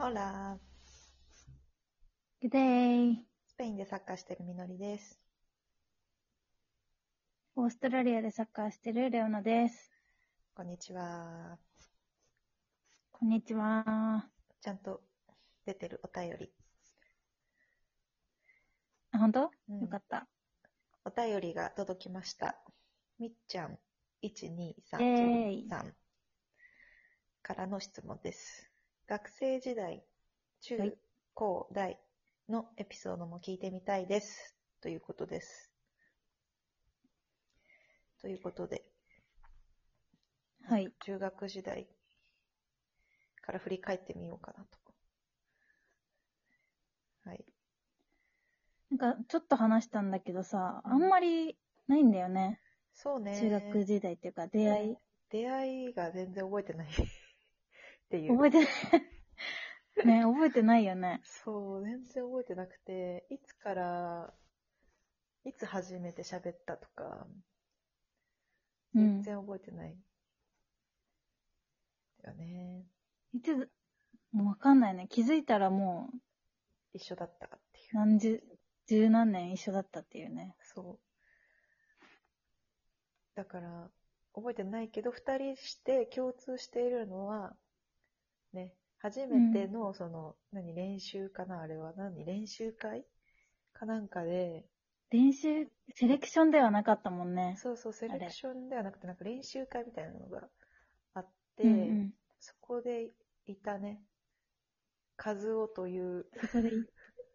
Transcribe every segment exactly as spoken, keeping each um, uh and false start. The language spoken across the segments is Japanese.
ホラー、 Good day. スペインでサッカーしてるみのりです。 オーストラリアでサッカーしてるレオナです。 こんにちは。 こんにちは。 ちゃんと出てるお便り。 あ、本当？ うん、 よかった。 お便りが届きました。みっちゃんいちにさんイェーイ。 さんからの質問です。学生時代、中、 はい高、大のエピソードも聞いてみたいです。ということです。ということで、 はい。 中学時代から振り返ってみようかなと。はい。 なんか、ちょっと話したんだけどさ、 うんあんまりないんだよね。 そうね。 中学時代っていうか、出会い。 出会いが全然覚えてないっていう。 覚えてない。ね、覚えてないよね。 そう、全然覚えてなくて、いつから、いつ初めて喋ったとか、全然覚えてない。だよね。 いつ、もうわかんないね。気づいたらもう、 一緒だったかっていう。 何十、十何年一緒だったっていうね。 そう。だから、覚えてないけど、二人して共通しているのは、ね、初めての、その、何、練習かなあれは。何、練習会かなんかで、 練習、セレクションではなかったもんね。 そうそう、セレクあれ。 ションではなくて、なんか練習会みたいなのがあっうんうて、 ん。 そこでいたね、カズオという、 そこでいい。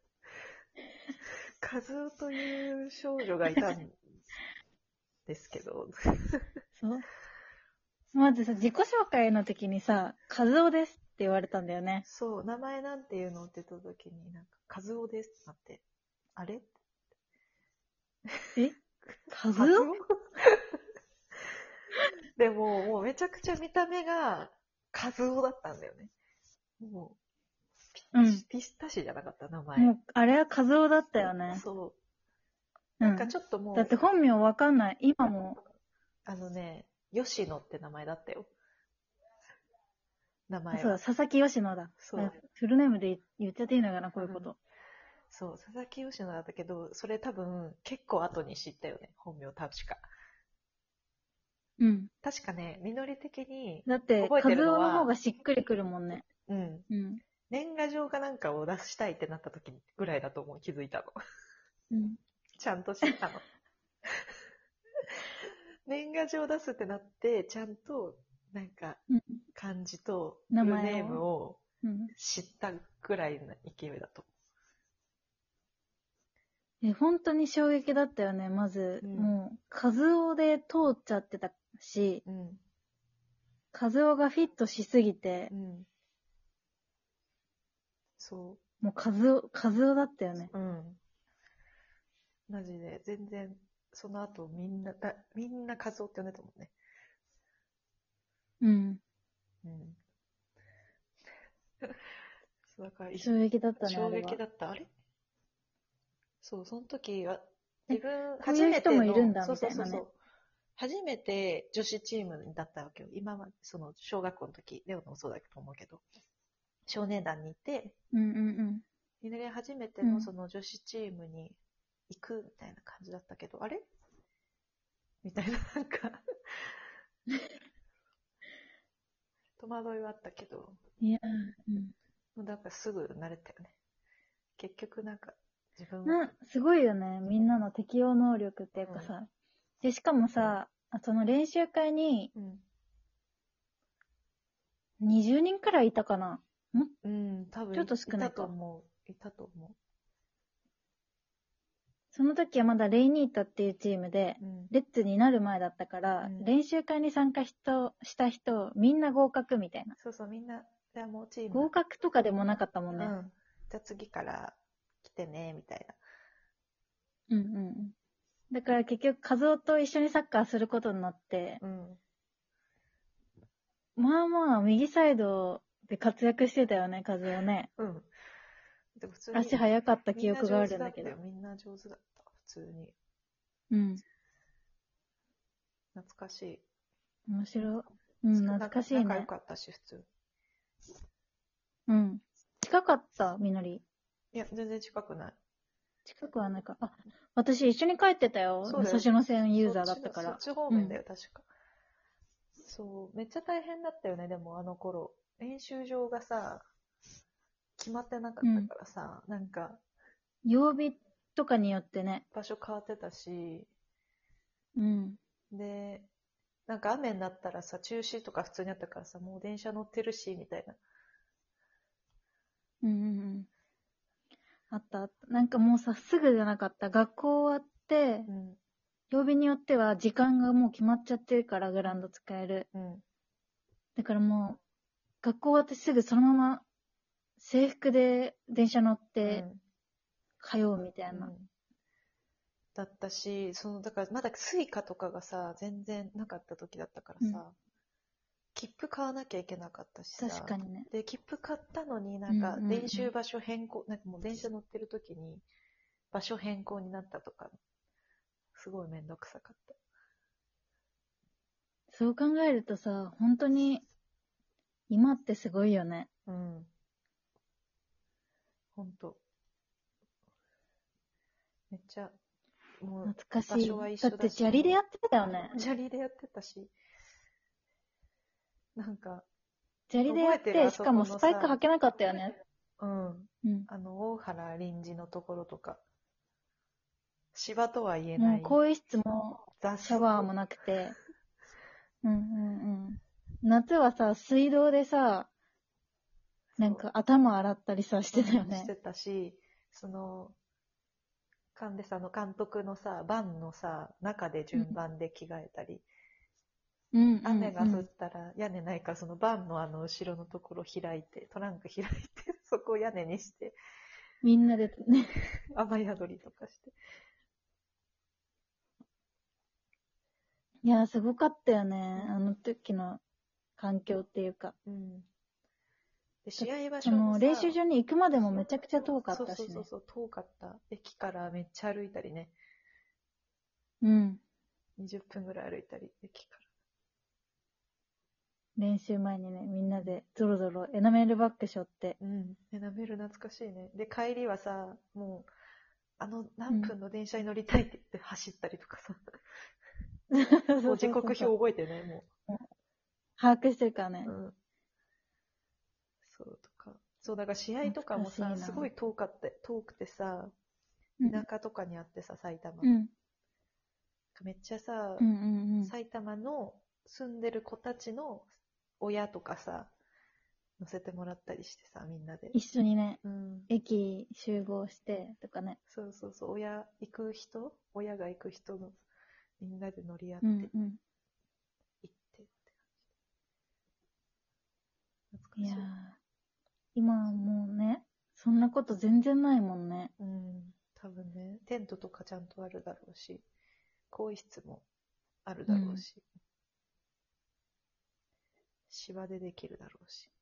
カズオという少女がいたんですけど、 そう。まずさ、自己紹介の時にさ、カズオですって言われたんだよね。 そう、名前なんていうのって言った時に、なんか、カズオですってなって、あれえカズカズオオでも、もうめちゃくちゃ見た目がカズオだったんだよね。もう、 うん。 ピスタシじゃなかった、名前。 もう、あれはカズオだったよね。 そう。なんかうん。 ちょっともう、 だって本名わかんない。今も。 あのね、吉野って名前だったよ。名前そうだ、 は。 佐々木吉野だ。 そう。 フルネームで言っちゃっていいのかな、こういうこと。 そう、佐々木吉野だったけど、それ多分結構後に知ったよね、本名確か。 うん。 確かね、みのり的にだって、 覚えてカズるのは、 オの方がしっくりくるもんね。 うん、 うん。 年賀状かなんかを出したいってなった時ぐらいだと思う、気づいたの。 うん。 ちゃんと知ったの。年賀状出すってなって、ちゃんと、なんか、 うん。 漢字と名フルネーム前を。 をうん。 知ったぐらいの勢いだとえ、本当に衝撃だったよね、まず。 思う。 もう、カズオで通っちゃってたし、 うん。うん。 カズオがフィットしすぎてう、ん。そもうカズオ、カズオだったよね。 う。うん。マジで、全然、その後みんな、だみんなカズオって呼んでたもんね。 うん。 うん。そうだからい衝撃だったね、あ衝れは。 撃だった。あれそう、その時は、 え、 自分、 こういう初めての、 人もいるんだ、 そうみたいなね。 そうそうそう、初めて女子チームだったわけよ。今は、その、小学校の時、レオナもそうだと思うけど、少年団にいて、 うんうんみのりは初めてうん。うん。 のその女子チームに行くみたいな感じだったけど、あれみたいな、なんか戸惑いはあったけど、 いや、うん。 もうなんかすぐ慣れたよね。結局なんか、自分、 な、すごいよね、みんなの適応能力っていうかさ。で、しかもさ、あその練習会にうん、 にじゅうにんくらいいたかな。もうん、多分ちょっといいた少ないか。 と思う。いたと思その時はまだレイニータっていうチームで、 う。うん。 レッツになる前だったから、 うん練習会に参加人した人、みんな合格みたいな。 そうそう、みんな、じゃあもうチーム、 合格とかでもなかったもんね。 うん。じゃあ次から来てね、みたいうんうんうん。だから結局、カズオと一緒にサッカーすることになって、 な。うん。 まあまあ、右サイドで活躍してたよね、カズオね。 うん。でも普通に、 足速かったみんな記憶が上手だったよ。 あるんだけど。 みんな上手だった。普通に。 うん。 懐かしい。 面白い。うん、懐仲かしいね。 仲良かったし、普通。 うん。 近かった、みのり。 いや、全然近くない。 近くはないか。あ、私一緒に帰ってたよ。武そうだよ。 蔵野線ユーザーだったから。 そっちのそっち方面だよ、確か。そう、めっちゃ大変だったよね、でもあの頃。練習場がさ、決まってなかったからさ、うん、なんか、 曜日とかによってね。 場所変わってたし、 うん。 で、なんか雨になったらさ、中止とか普通にあったからさ、もう電車乗ってるし、みたいな。 うんうんうん。あったあった。なんかもうさ、すぐじゃなかった。学校終わって、うん、曜日によっては時間がもう決まっちゃってるから、グラウンド使える。うん。だからもう、学校終わってすぐそのまま制服で電車乗って通うみたいな。うん、 だったし、その、だからまだスイカとかがさ、全然なかった時だったからさ、うん、切符買わなきゃいけなかったしさ。 確かにね。 で、切符買ったのになんか練習場所変更、うんうんうん、なんかもう電車乗ってる時に場所変更になったとか、すごいめんどくさかった。 そう考えるとさ、本当に今ってすごいよね。 うん。ほんと。めっちゃ、もう、 懐かしい。 場所は一緒だし。 だって砂利でやってたよね。 砂利でやってたし。なんか、 砂利でやって、しかもスパイク履けなかったよね。 うん。うん。あの、大原臨時のところとか。芝とは言えない。 もう更衣室もシャワーもなくて。うんうんうん。夏はさ、水道でさ、なんか頭洗ったりさ、してたよね。 してたし、その、神戸さんの監督のさ、バンのさ、中で順番で着替えたり、うんうんうん、雨が降ったら屋根ないから、そのバンのあの後ろのところ開いて、トランク開いて、そこを屋根にして、 みんなでね、 雨宿りとかして。 いや、すごかったよね、うん、あの時の環境っていうか。うん。 で試合場所もさ、練習場に行くまでもめちゃくちゃ遠かったしね。 そうそうそう、遠かった。駅からめっちゃ歩いたりね。 うん。 にじゅっぷんぐらい歩いたり、駅から。 練習前にね、みんなでゾロゾロエナメルバッグ背負って。 うん。エナメル懐かしいね。で、帰りはさ、もう、あの何分の電車に乗りたいって言って走ったりとかさ。うん、もう時刻表覚えてね、もう。 把握してるからね。 うん。そうとか。そう、だから試合とかもさ、すごい遠かった、遠くてさ、田舎とかにあってさ、埼玉。うん。めっちゃさ、うんうんうん、埼玉の住んでる子たちの親とかさ、乗せてもらったりしてさ、みんなで。 一緒にね、うん、駅集合してとかね。 そうそうそう、親行く人、親が行く人のみんなで乗り合って、うんうん、行ってって感じ。懐かしい。いや今はもうね、そんなこと全然ないもんね。 うん、多分ね、テントとかちゃんとあるだろうし、更衣室もあるだろうし、うん、芝でできるだろうし。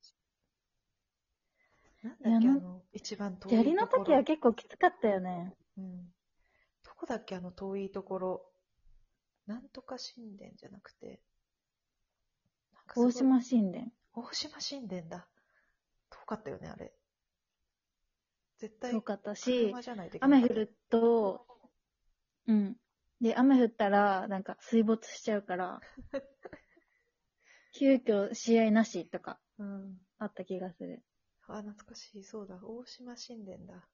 なんだっけ、あの、一番遠いところ。 砂利の時は結構きつかったよね。 うん。どこだっけ、あの遠いところ。なんとか神殿じゃなくて。 なんか大島神殿。 大島神殿だ。遠かったよね、あれ。絶対、 遠かったし、 車じゃないといけない。 雨降ると、うん。で、雨降ったら、なんか水没しちゃうから、急遽試合なしとか、うん、あった気がする。 あ、懐かしい。そうだ。大島神殿だ。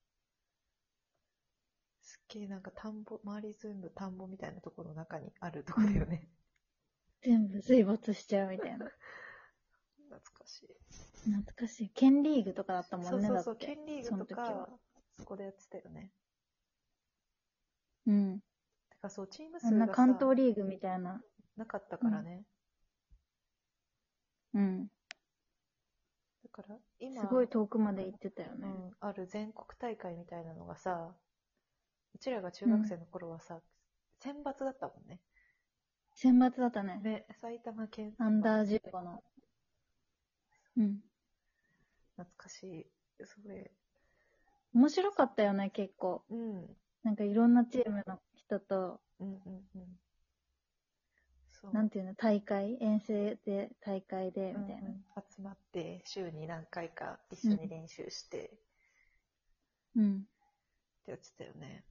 すっげえなんか田んぼ、周り全部田んぼみたいなところの中にあるとこだよね。 うん、全部水没しちゃうみたいな。 懐かしい。 懐かしい。県リーグとかだったもんね、 そうそうそう、 だって。 県リーグとか、そこでやってたよね。 うん。 てかそう、チーム数がさ、あんな関東リーグみたいな。 なかったからね。 うん。うん、 だから今、 すごい遠くまで行ってたよね。 うん、ある全国大会みたいなのがさ、うちらが中学生の頃はさ、うん、選抜だったもんね。 選抜だったね。 ね、埼玉県アンダーじゅうごの。うん。 懐かしい。それ。 面白かったよね、結構。 うん。 なんかいろんなチームの人と、 うんうんうん。 なんていうの、大会、遠征で、大会で、みたいな、うんうん。 集まって、週に何回か一緒に練習して、 うん。 ってやってたよね。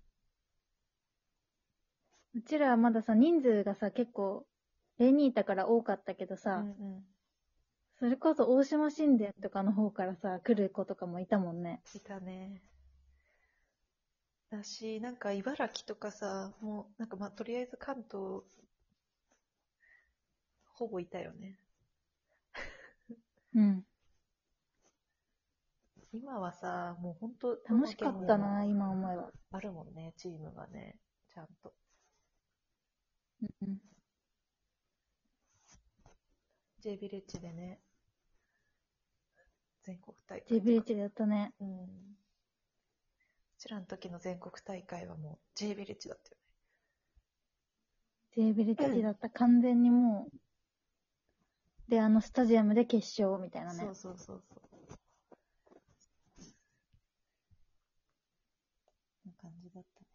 うちらはまださ、人数がさ、結構、例にいたから多かったけどさ、うんうん、それこそ大島神殿とかの方からさ、来る子とかもいたもんね。 いたね。だし、なんか茨城とかさ、もう、なんかまあ、とりあえず関東、ほぼいたよね。 うん。 今はさ、もう本当楽しかったな、今思えば。 あるもんね、チームがね、ちゃんと。 うん。 J ビレッジでね、全国大会。 J ビレッジでやったね。 うん。うちらの時の全国大会はもう J ビレッジだったよね。 J ビレッジだった、完全にもう。で、あのスタジアムで決勝みたいなね。 そうそうそうそう。な感じだったね。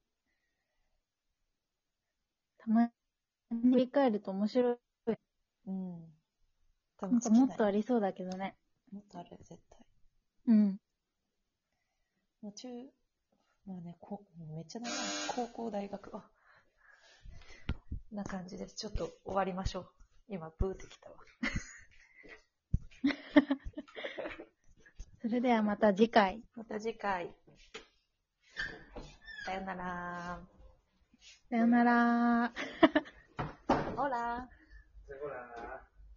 たまに振り返ると面白い。 うん。多分なんかもっとありそうだけどね。 もっとある、絶対。 うん。 もう中、まあね、こめっちゃ長い。高校、大学、あ、な感じです。ちょっと終わりましょう。今、ブーってきたわ。 それではまた次回。 また次回。さよなら。 さよなら。 ホラ。 Hola.